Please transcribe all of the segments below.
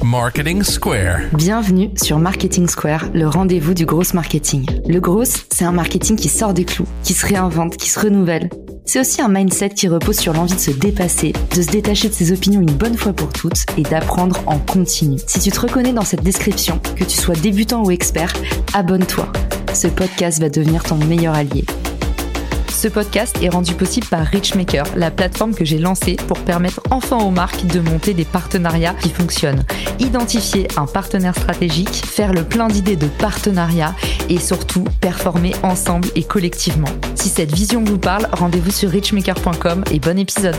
Marketing Square. Bienvenue sur Marketing Square, le rendez-vous du gros marketing. Le gros, c'est un marketing qui sort des clous, qui se réinvente, qui se renouvelle. C'est aussi un mindset qui repose sur l'envie de se dépasser, de se détacher de ses opinions une bonne fois pour toutes et d'apprendre en continu. Si tu te reconnais dans cette description, que tu sois débutant ou expert, abonne-toi. Ce podcast va devenir ton meilleur allié. Ce podcast est rendu possible par Richmaker, la plateforme que j'ai lancée pour permettre enfin aux marques de monter des partenariats qui fonctionnent. Identifier un partenaire stratégique, faire le plein d'idées de partenariat et surtout performer ensemble et collectivement. Si cette vision vous parle, rendez-vous sur richmaker.com et bon épisode.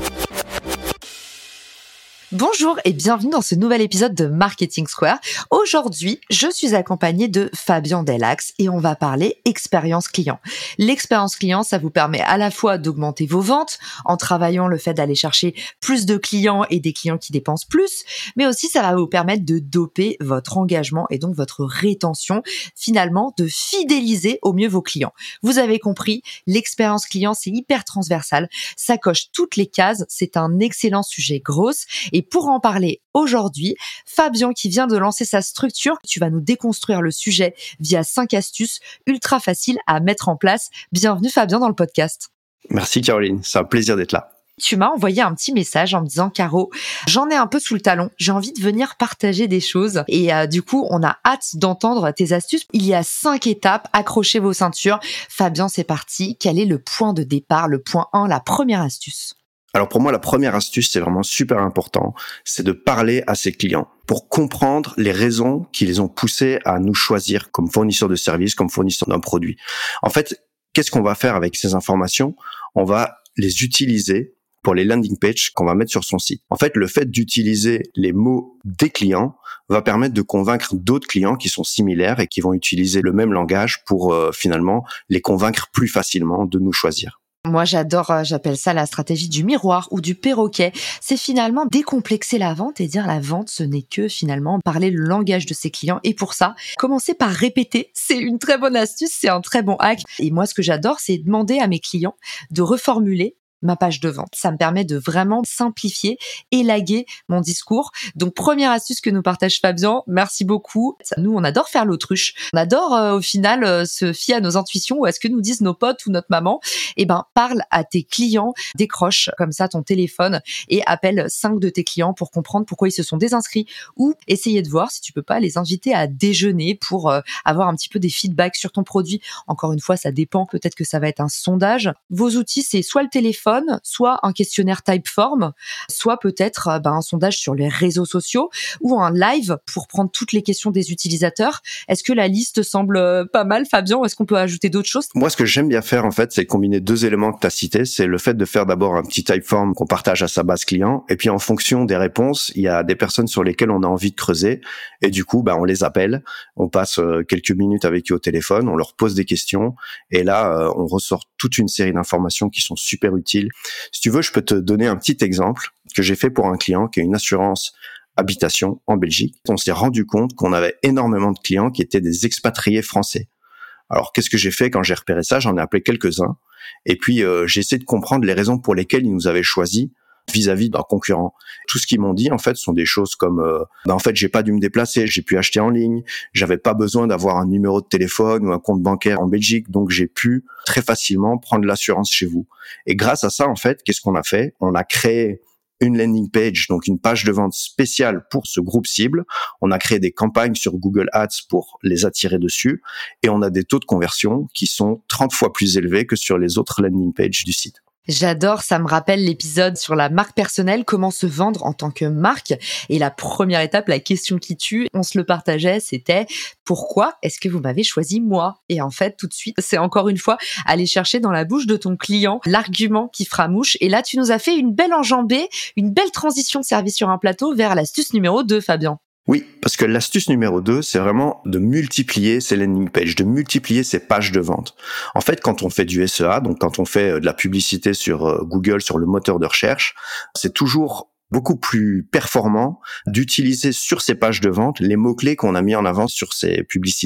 Bonjour et bienvenue dans ce nouvel épisode de Marketing Square. Aujourd'hui, je suis accompagnée de Fabien Delax et on va parler expérience client. L'expérience client, ça vous permet à la fois d'augmenter vos ventes en travaillant le fait d'aller chercher plus de clients et des clients qui dépensent plus, mais aussi ça va vous permettre de doper votre engagement et donc votre rétention, finalement de fidéliser au mieux vos clients. Vous avez compris, l'expérience client, c'est hyper transversal, ça coche toutes les cases, c'est un excellent sujet gros. Et pour en parler aujourd'hui, Fabien qui vient de lancer sa structure, tu vas nous déconstruire le sujet via 5 astuces ultra faciles à mettre en place. Bienvenue Fabien dans le podcast. Merci Caroline, c'est un plaisir d'être là. Tu m'as envoyé un petit message en me disant « Caro, j'en ai un peu sous le talon, j'ai envie de venir partager des choses. » Et du coup, on a hâte d'entendre tes astuces. Il y a 5 étapes, accrochez vos ceintures. Fabien, c'est parti. Quel est le point de départ, le point 1, la première astuce ? Alors pour moi, la première astuce, c'est vraiment super important, c'est de parler à ses clients pour comprendre les raisons qui les ont poussés à nous choisir comme fournisseur de services, comme fournisseur d'un produit. En fait, qu'est-ce qu'on va faire avec ces informations ? On va les utiliser pour les landing pages qu'on va mettre sur son site. En fait, le fait d'utiliser les mots des clients va permettre de convaincre d'autres clients qui sont similaires et qui vont utiliser le même langage pour finalement les convaincre plus facilement de nous choisir. Moi, j'adore, j'appelle ça la stratégie du miroir ou du perroquet. C'est finalement décomplexer la vente et dire la vente, ce n'est que finalement parler le langage de ses clients. Et pour ça, commencer par répéter, c'est une très bonne astuce, c'est un très bon hack. Et moi, ce que j'adore, c'est demander à mes clients de reformuler ma page de vente. Ça me permet de vraiment simplifier, élaguer mon discours. Donc, première astuce que nous partage Fabien, merci beaucoup. Nous, on adore faire l'autruche. On adore, au final, se fier à nos intuitions ou à ce que nous disent nos potes ou notre maman. Eh ben, parle à tes clients, décroche comme ça ton téléphone et appelle 5 de tes clients pour comprendre pourquoi ils se sont désinscrits ou essayer de voir si tu peux pas les inviter à déjeuner pour avoir un petit peu des feedbacks sur ton produit. Encore une fois, ça dépend. Peut-être que ça va être un sondage. Vos outils, c'est soit le téléphone, soit un questionnaire Typeform, soit peut-être un sondage sur les réseaux sociaux ou un live pour prendre toutes les questions des utilisateurs. Est-ce que la liste semble pas mal, Fabien, ou est-ce qu'on peut ajouter d'autres choses ? Moi, ce que j'aime bien faire, en fait, c'est combiner 2 éléments que tu as cités. C'est le fait de faire d'abord un petit Typeform qu'on partage à sa base client. Et puis, en fonction des réponses, il y a des personnes sur lesquelles on a envie de creuser. Et du coup, on les appelle. On passe quelques minutes avec eux au téléphone. On leur pose des questions. Et là, on ressort toute une série d'informations qui sont super utiles. Si tu veux, je peux te donner un petit exemple que j'ai fait pour un client qui a une assurance habitation en Belgique. On s'est rendu compte qu'on avait énormément de clients qui étaient des expatriés français. Alors, qu'est-ce que j'ai fait quand j'ai repéré ça ? J'en ai appelé quelques-uns. Et puis, j'ai essayé de comprendre les raisons pour lesquelles ils nous avaient choisis vis-à-vis d'un concurrent. Tout ce qu'ils m'ont dit, en fait, sont des choses comme en fait, j'ai pas dû me déplacer, j'ai pu acheter en ligne, j'avais pas besoin d'avoir un numéro de téléphone ou un compte bancaire en Belgique, donc j'ai pu très facilement prendre l'assurance chez vous. Et grâce à ça, en fait, qu'est-ce qu'on a fait ? On a créé une landing page, donc une page de vente spéciale pour ce groupe cible. On a créé des campagnes sur Google Ads pour les attirer dessus et on a des taux de conversion qui sont 30 fois plus élevés que sur les autres landing pages du site. J'adore, ça me rappelle l'épisode sur la marque personnelle, comment se vendre en tant que marque. Et la première étape, la question qui tue, on se le partageait, c'était « Pourquoi est-ce que vous m'avez choisi moi ?» Et en fait, tout de suite, c'est encore une fois aller chercher dans la bouche de ton client l'argument qui fera mouche. Et là, tu nous as fait une belle enjambée, une belle transition de service sur un plateau vers l'astuce numéro 2, Fabien. Oui, parce que l'astuce numéro 2, c'est vraiment de multiplier ces landing pages, de multiplier ces pages de vente. En fait, quand on fait du SEA, donc quand on fait de la publicité sur Google, sur le moteur de recherche, c'est toujours beaucoup plus performant d'utiliser sur ces pages de vente les mots-clés qu'on a mis en avant sur ces publicités.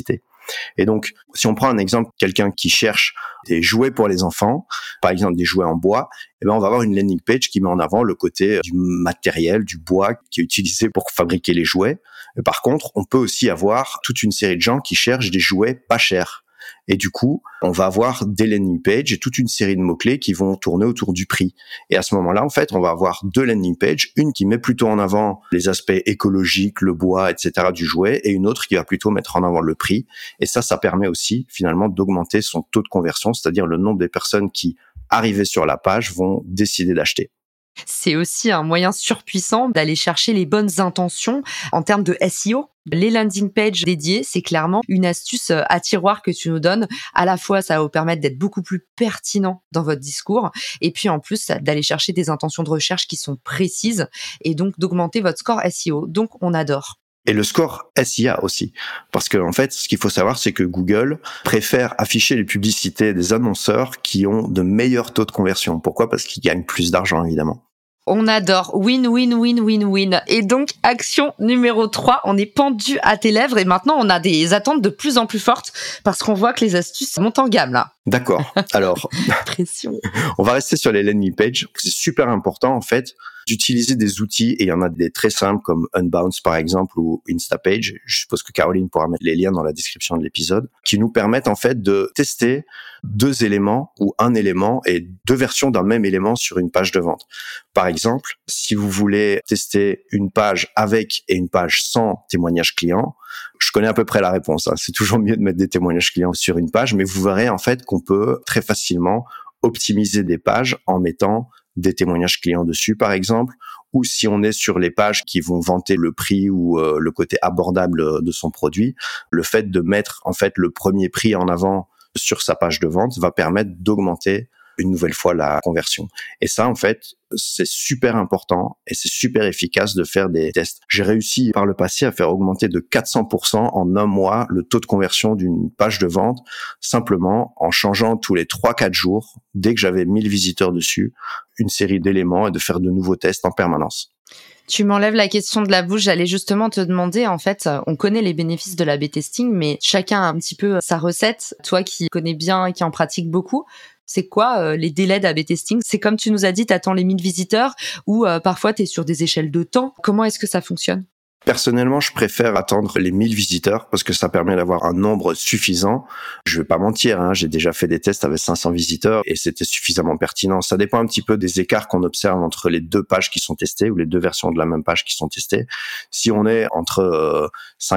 Et donc, si on prend un exemple, quelqu'un qui cherche des jouets pour les enfants, par exemple des jouets en bois, eh ben on va avoir une landing page qui met en avant le côté du matériel, du bois qui est utilisé pour fabriquer les jouets. Et par contre, on peut aussi avoir toute une série de gens qui cherchent des jouets pas chers. Et du coup, on va avoir des landing pages et toute une série de mots-clés qui vont tourner autour du prix. Et à ce moment-là, en fait, on va avoir deux landing pages, une qui met plutôt en avant les aspects écologiques, le bois, etc. du jouet, et une autre qui va plutôt mettre en avant le prix. Et ça permet aussi, finalement, d'augmenter son taux de conversion, c'est-à-dire le nombre de personnes qui, arrivées sur la page, vont décider d'acheter. C'est aussi un moyen surpuissant d'aller chercher les bonnes intentions en termes de SEO. Les landing pages dédiées, c'est clairement une astuce à tiroir que tu nous donnes. À la fois, ça va vous permettre d'être beaucoup plus pertinent dans votre discours et puis en plus, d'aller chercher des intentions de recherche qui sont précises et donc d'augmenter votre score SEO. Donc, on adore. Et le score SIA aussi. Parce que, en fait, ce qu'il faut savoir, c'est que Google préfère afficher les publicités des annonceurs qui ont de meilleurs taux de conversion. Pourquoi? Parce qu'ils gagnent plus d'argent, évidemment. On adore. Win, win, win, win, win. Et donc, action numéro 3, on est pendu à tes lèvres et maintenant, on a des attentes de plus en plus fortes parce qu'on voit que les astuces montent en gamme, là. D'accord. Alors, Pression. on va rester sur les landing pages. C'est super important, en fait, d'utiliser des outils, et il y en a des très simples comme Unbounce, par exemple, ou Instapage. Je suppose que Caroline pourra mettre les liens dans la description de l'épisode, qui nous permettent, en fait, de tester deux éléments ou un élément et deux versions d'un même élément sur une page de vente. Par exemple, si vous voulez tester une page avec et une page sans témoignage client, je connais à peu près la réponse, hein. C'est toujours mieux de mettre des témoignages clients sur une page, mais vous verrez en fait qu'on peut très facilement optimiser des pages en mettant des témoignages clients dessus, par exemple, ou si on est sur les pages qui vont vanter le prix ou le côté abordable de son produit, le fait de mettre en fait le premier prix en avant sur sa page de vente va permettre d'augmenter une nouvelle fois la conversion. Et ça, en fait, c'est super important et c'est super efficace de faire des tests. J'ai réussi par le passé à faire augmenter de 400% en un mois le taux de conversion d'une page de vente, simplement en changeant tous les 3-4 jours, dès que j'avais 1000 visiteurs dessus, une série d'éléments et de faire de nouveaux tests en permanence. Tu m'enlèves la question de la bouche. J'allais justement te demander, en fait, on connaît les bénéfices de l'A/B testing, mais chacun a un petit peu sa recette. Toi qui connais bien et qui en pratique beaucoup, c'est quoi les délais d'A/B testing? C'est comme tu nous as dit, t'attends les 1000 visiteurs ou parfois t'es sur des échelles de temps. Comment est-ce que ça fonctionne? Personnellement, je préfère attendre les 1000 visiteurs parce que ça permet d'avoir un nombre suffisant. Je vais pas mentir, hein, j'ai déjà fait des tests avec 500 visiteurs et c'était suffisamment pertinent. Ça dépend un petit peu des écarts qu'on observe entre les deux pages qui sont testées ou les deux versions de la même page qui sont testées. Si on est entre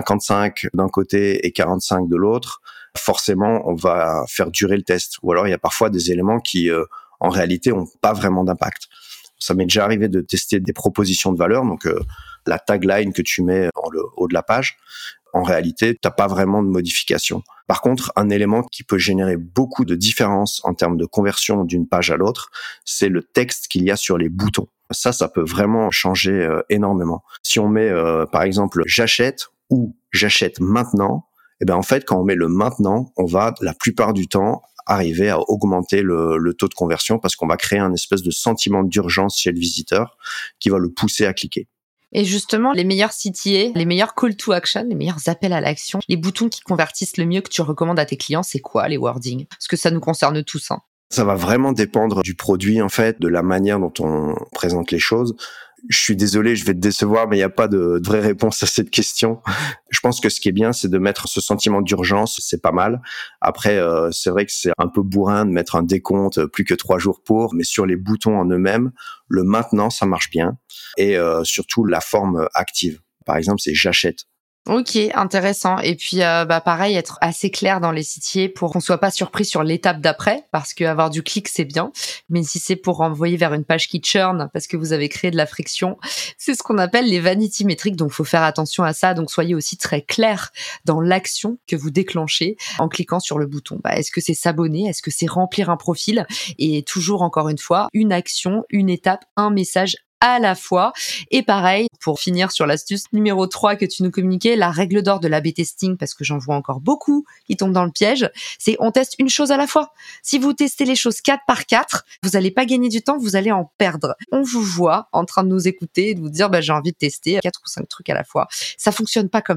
55 d'un côté et 45 de l'autre, forcément, on va faire durer le test. Ou alors, il y a parfois des éléments qui, en réalité, ont pas vraiment d'impact. Ça m'est déjà arrivé de tester des propositions de valeur, donc la tagline que tu mets dans le haut de la page, en réalité, t'as pas vraiment de modification. Par contre, un élément qui peut générer beaucoup de différences en termes de conversion d'une page à l'autre, c'est le texte qu'il y a sur les boutons. Ça peut vraiment changer énormément. Si on met, par exemple, j'achète ou j'achète maintenant, et ben en fait, quand on met le maintenant, on va la plupart du temps arriver à augmenter le taux de conversion parce qu'on va créer un espèce de sentiment d'urgence chez le visiteur qui va le pousser à cliquer. Et justement, les meilleurs CTA, les meilleurs call to action, les meilleurs appels à l'action, les boutons qui convertissent le mieux que tu recommandes à tes clients, c'est quoi les wordings? Parce que ça nous concerne tous, hein. Ça va vraiment dépendre du produit, en fait, de la manière dont on présente les choses. Je suis désolé, je vais te décevoir, mais il n'y a pas de vraie réponse à cette question. Je pense que ce qui est bien, c'est de mettre ce sentiment d'urgence, c'est pas mal. Après, c'est vrai que c'est un peu bourrin de mettre un décompte plus que 3 jours pour, mais sur les boutons en eux-mêmes, le maintenant, ça marche bien. Et surtout, la forme active. Par exemple, c'est j'achète. Ok, intéressant. Et puis, pareil, être assez clair dans les CTA pour qu'on soit pas surpris sur l'étape d'après, parce que avoir du clic, c'est bien. Mais si c'est pour renvoyer vers une page qui churn, parce que vous avez créé de la friction, c'est ce qu'on appelle les vanity metrics. Donc, faut faire attention à ça. Donc, soyez aussi très clair dans l'action que vous déclenchez en cliquant sur le bouton. Est-ce que c'est s'abonner? Est-ce que c'est remplir un profil? Et toujours, encore une fois, une action, une étape, un message à la fois. Et pareil, pour finir sur l'astuce numéro 3 que tu nous communiquais, la règle d'or de l'A/B testing, parce que j'en vois encore beaucoup qui tombent dans le piège, c'est on teste une chose à la fois. Si vous testez les choses 4 par 4, vous n'allez pas gagner du temps, vous allez en perdre. On vous voit en train de nous écouter et de vous dire j'ai envie de tester 4 ou 5 trucs à la fois. Ça fonctionne pas comme ça.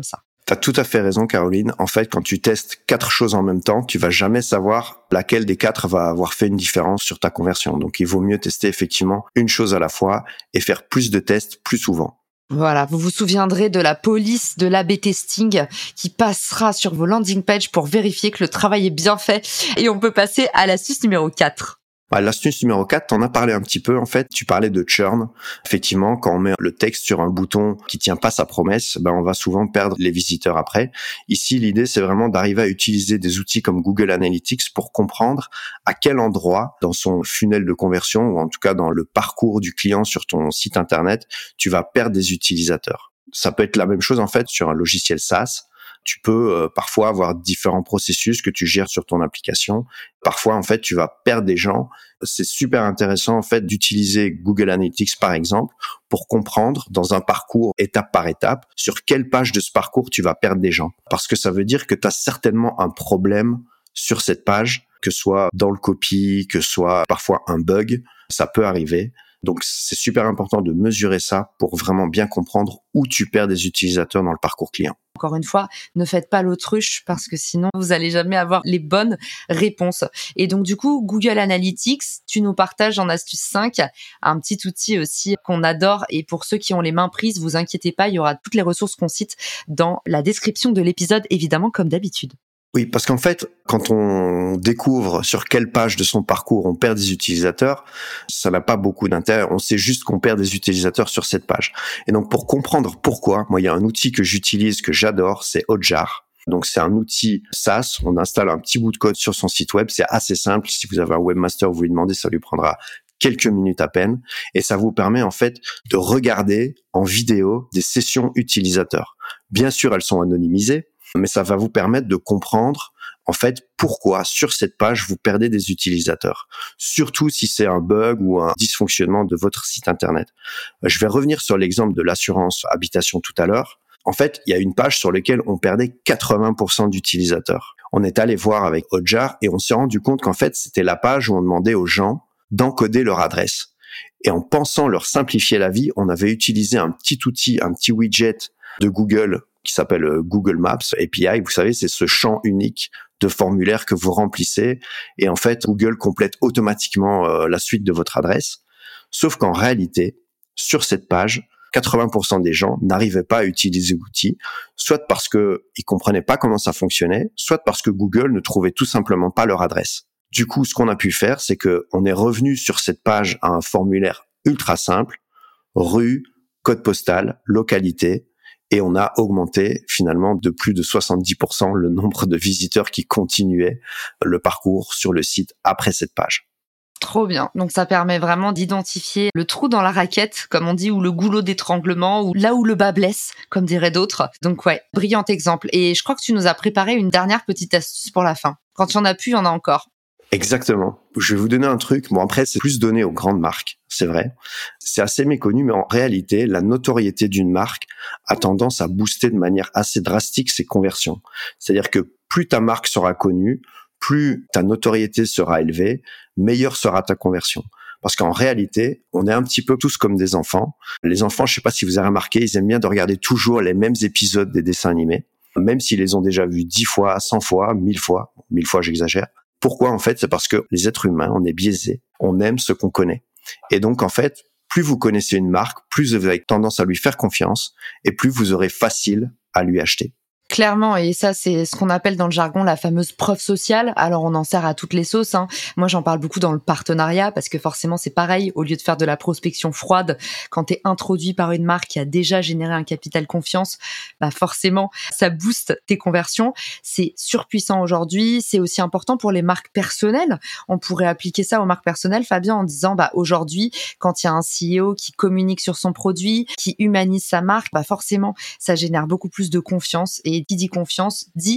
T'as tout à fait raison, Caroline. En fait, quand tu testes 4 choses en même temps, tu vas jamais savoir laquelle des 4 va avoir fait une différence sur ta conversion. Donc, il vaut mieux tester effectivement une chose à la fois et faire plus de tests plus souvent. Voilà, vous vous souviendrez de la police de l'A/B testing qui passera sur vos landing pages pour vérifier que le travail est bien fait. Et on peut passer à l'astuce numéro 4. L'astuce numéro 4, t'en as parlé un petit peu, en fait. Tu parlais de churn. Effectivement, quand on met le texte sur un bouton qui tient pas sa promesse, on va souvent perdre les visiteurs après. Ici, l'idée, c'est vraiment d'arriver à utiliser des outils comme Google Analytics pour comprendre à quel endroit dans son funnel de conversion, ou en tout cas dans le parcours du client sur ton site internet, tu vas perdre des utilisateurs. Ça peut être la même chose, en fait, sur un logiciel SaaS. Tu peux parfois avoir différents processus que tu gères sur ton application. Parfois, en fait, tu vas perdre des gens. C'est super intéressant, en fait, d'utiliser Google Analytics, par exemple, pour comprendre dans un parcours étape par étape sur quelle page de ce parcours tu vas perdre des gens. Parce que ça veut dire que tu as certainement un problème sur cette page, que ce soit dans le copy, que ce soit parfois un bug. Ça peut arriver. Donc, c'est super important de mesurer ça pour vraiment bien comprendre où tu perds des utilisateurs dans le parcours client. Encore une fois, ne faites pas l'autruche parce que sinon, vous allez jamais avoir les bonnes réponses. Et donc, du coup, Google Analytics, tu nous partages en astuce 5 un petit outil aussi qu'on adore. Et pour ceux qui ont les mains prises, vous inquiétez pas, il y aura toutes les ressources qu'on cite dans la description de l'épisode, évidemment, comme d'habitude. Oui, parce qu'en fait, quand on découvre sur quelle page de son parcours on perd des utilisateurs, ça n'a pas beaucoup d'intérêt. On sait juste qu'on perd des utilisateurs sur cette page. Et donc, pour comprendre pourquoi, moi, il y a un outil que j'utilise, que j'adore, c'est Hotjar. Donc, c'est un outil SaaS. On installe un petit bout de code sur son site web. C'est assez simple. Si vous avez un webmaster, vous lui demandez, ça lui prendra quelques minutes à peine. Et ça vous permet, en fait, de regarder en vidéo des sessions utilisateurs. Bien sûr, elles sont anonymisées, mais ça va vous permettre de comprendre, en fait, pourquoi sur cette page vous perdez des utilisateurs. Surtout si c'est un bug ou un dysfonctionnement de votre site internet. Je vais revenir sur l'exemple de l'assurance habitation tout à l'heure. En fait, il y a une page sur laquelle on perdait 80% d'utilisateurs. On est allé voir avec Hotjar et on s'est rendu compte qu'en fait, c'était la page où on demandait aux gens d'encoder leur adresse. Et en pensant leur simplifier la vie, on avait utilisé un petit outil, un petit widget de Google qui s'appelle Google Maps API. Vous savez, c'est ce champ unique de formulaire que vous remplissez et en fait, Google complète automatiquement la suite de votre adresse. Sauf qu'en réalité, sur cette page, 80% des gens n'arrivaient pas à utiliser l'outil, soit parce que ils comprenaient pas comment ça fonctionnait, soit parce que Google ne trouvait tout simplement pas leur adresse. Du coup, ce qu'on a pu faire, c'est que on est revenu sur cette page à un formulaire ultra simple, rue, code postal, localité, et on a augmenté finalement de plus de 70% le nombre de visiteurs qui continuaient le parcours sur le site après cette page. Trop bien. Donc ça permet vraiment d'identifier le trou dans la raquette, comme on dit, ou le goulot d'étranglement, ou là où le bas blesse, comme diraient d'autres. Donc ouais, brillant exemple. Et je crois que tu nous as préparé une dernière petite astuce pour la fin. Quand il y en a plus, il y en a encore. Exactement. Je vais vous donner un truc. Bon, après, c'est plus donné aux grandes marques, c'est vrai. C'est assez méconnu, mais en réalité, la notoriété d'une marque a tendance à booster de manière assez drastique ses conversions. C'est-à-dire que plus ta marque sera connue, plus ta notoriété sera élevée, meilleure sera ta conversion. Parce qu'en réalité, on est un petit peu tous comme des enfants. Les enfants, je sais pas si vous avez remarqué, ils aiment bien de regarder toujours les mêmes épisodes des dessins animés, même s'ils les ont déjà vus 10 fois, 100 fois, 1000 fois. 1000 fois, j'exagère. Pourquoi, en fait? C'est parce que les êtres humains, on est biaisés. On aime ce qu'on connaît. Et donc, en fait, plus vous connaissez une marque, plus vous avez tendance à lui faire confiance et plus vous aurez facile à lui acheter. Clairement, et ça, c'est ce qu'on appelle dans le jargon la fameuse preuve sociale. Alors, on en sert à toutes les sauces, hein. Moi, j'en parle beaucoup dans le partenariat parce que forcément, c'est pareil. Au lieu de faire de la prospection froide, quand t'es introduit par une marque qui a déjà généré un capital confiance, forcément, ça booste tes conversions. C'est surpuissant aujourd'hui. C'est aussi important pour les marques personnelles. On pourrait appliquer ça aux marques personnelles, Fabien, en disant, aujourd'hui, quand il y a un CEO qui communique sur son produit, qui humanise sa marque, forcément, ça génère beaucoup plus de confiance. Et qui dit confiance dit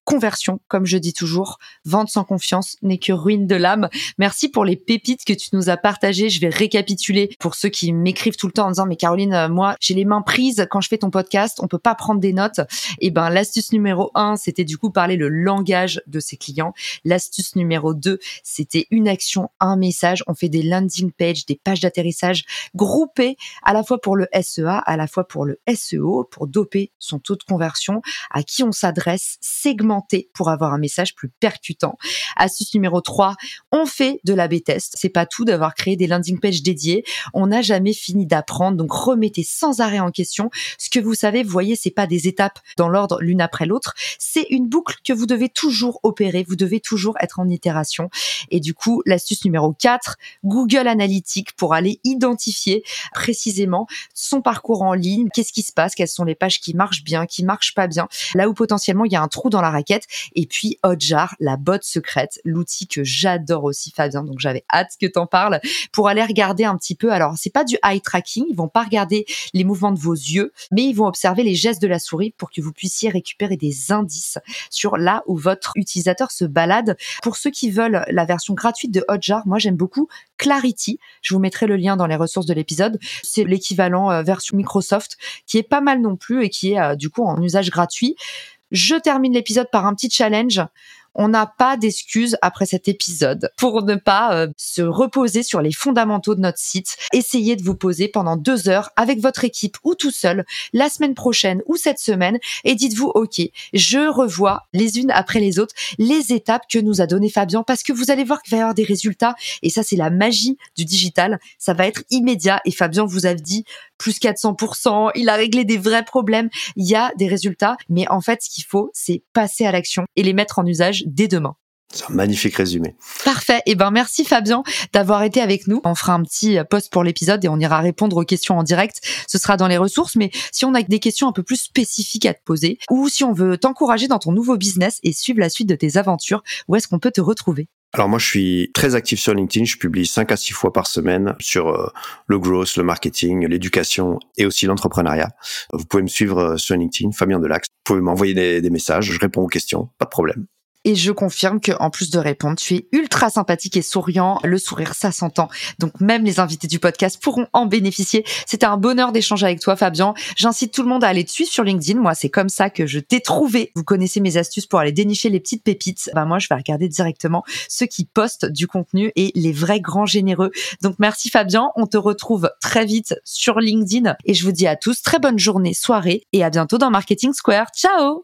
conversion, comme je dis toujours. Vente sans confiance n'est que ruine de l'âme. Merci pour les pépites que tu nous as partagées. Je vais récapituler pour ceux qui m'écrivent tout le temps en disant « Mais Caroline, moi, j'ai les mains prises quand je fais ton podcast, on peut pas prendre des notes. » Et ben, l'astuce numéro 1, c'était du coup parler le langage de ses clients. L'astuce numéro 2, c'était une action, un message. On fait des landing pages, des pages d'atterrissage groupées à la fois pour le SEA, à la fois pour le SEO, pour doper son taux de conversion, à qui on s'adresse, segmenté pour avoir un message plus percutant. Astuce numéro 3, on fait de l'A/B test. C'est pas tout d'avoir créé des landing pages dédiées. On n'a jamais fini d'apprendre, donc remettez sans arrêt en question ce que vous savez. Vous voyez, c'est pas des étapes dans l'ordre l'une après l'autre. C'est une boucle que vous devez toujours opérer. Vous devez toujours être en itération. Et du coup, l'astuce numéro 4, Google Analytics pour aller identifier précisément son parcours en ligne. Qu'est-ce qui se passe? Quelles sont les pages qui marchent bien, qui marchent pas bien? Là où potentiellement il y a un trou dans la raquette. Et puis Hotjar, la botte secrète, l'outil que j'adore aussi, Fabien. Donc j'avais hâte que t'en parles pour aller regarder un petit peu. Alors c'est pas du eye tracking, ils vont pas regarder les mouvements de vos yeux, mais ils vont observer les gestes de la souris pour que vous puissiez récupérer des indices sur là où votre utilisateur se balade. Pour ceux qui veulent la version gratuite de Hotjar, moi j'aime beaucoup Clarity. Je vous mettrai le lien dans les ressources de l'épisode. C'est l'équivalent version Microsoft qui est pas mal non plus et qui est du coup en usage gratuit. Je termine l'épisode par un petit challenge. On n'a pas d'excuses après cet épisode pour ne pas se reposer sur les fondamentaux de notre site. Essayez de vous poser pendant 2 heures avec votre équipe ou tout seul la semaine prochaine ou cette semaine et dites-vous OK, je revois les unes après les autres les étapes que nous a donné Fabien parce que vous allez voir qu'il va y avoir des résultats et ça c'est la magie du digital. Ça va être immédiat et Fabien vous a dit plus 400%, il a réglé des vrais problèmes, il y a des résultats mais en fait ce qu'il faut c'est passer à l'action et les mettre en usage dès demain. C'est un magnifique résumé. Parfait. Eh ben, merci Fabien d'avoir été avec nous. On fera un petit post pour l'épisode et on ira répondre aux questions en direct. Ce sera dans les ressources. Mais si on a des questions un peu plus spécifiques à te poser ou si on veut t'encourager dans ton nouveau business et suivre la suite de tes aventures, où est-ce qu'on peut te retrouver? Alors moi, je suis très actif sur LinkedIn. Je publie 5 à 6 fois par semaine sur le growth, le marketing, l'éducation et aussi l'entrepreneuriat. Vous pouvez me suivre sur LinkedIn, Fabien Delax. Vous pouvez m'envoyer des messages. Je réponds aux questions. Pas de problème. Et je confirme que en plus de répondre, tu es ultra sympathique et souriant. Le sourire, ça s'entend. Donc même les invités du podcast pourront en bénéficier. C'était un bonheur d'échanger avec toi, Fabien. J'incite tout le monde à aller te suivre sur LinkedIn. Moi, c'est comme ça que je t'ai trouvé. Vous connaissez mes astuces pour aller dénicher les petites pépites. Moi, je vais regarder directement ceux qui postent du contenu et les vrais grands généreux. Donc merci Fabien. On te retrouve très vite sur LinkedIn. Et je vous dis à tous très bonne journée, soirée et à bientôt dans Marketing Square. Ciao!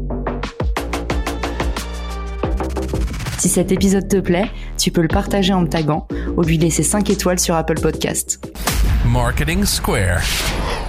Si cet épisode te plaît, tu peux le partager en me taguant ou lui laisser 5 étoiles sur Apple Podcast. Marketing Square.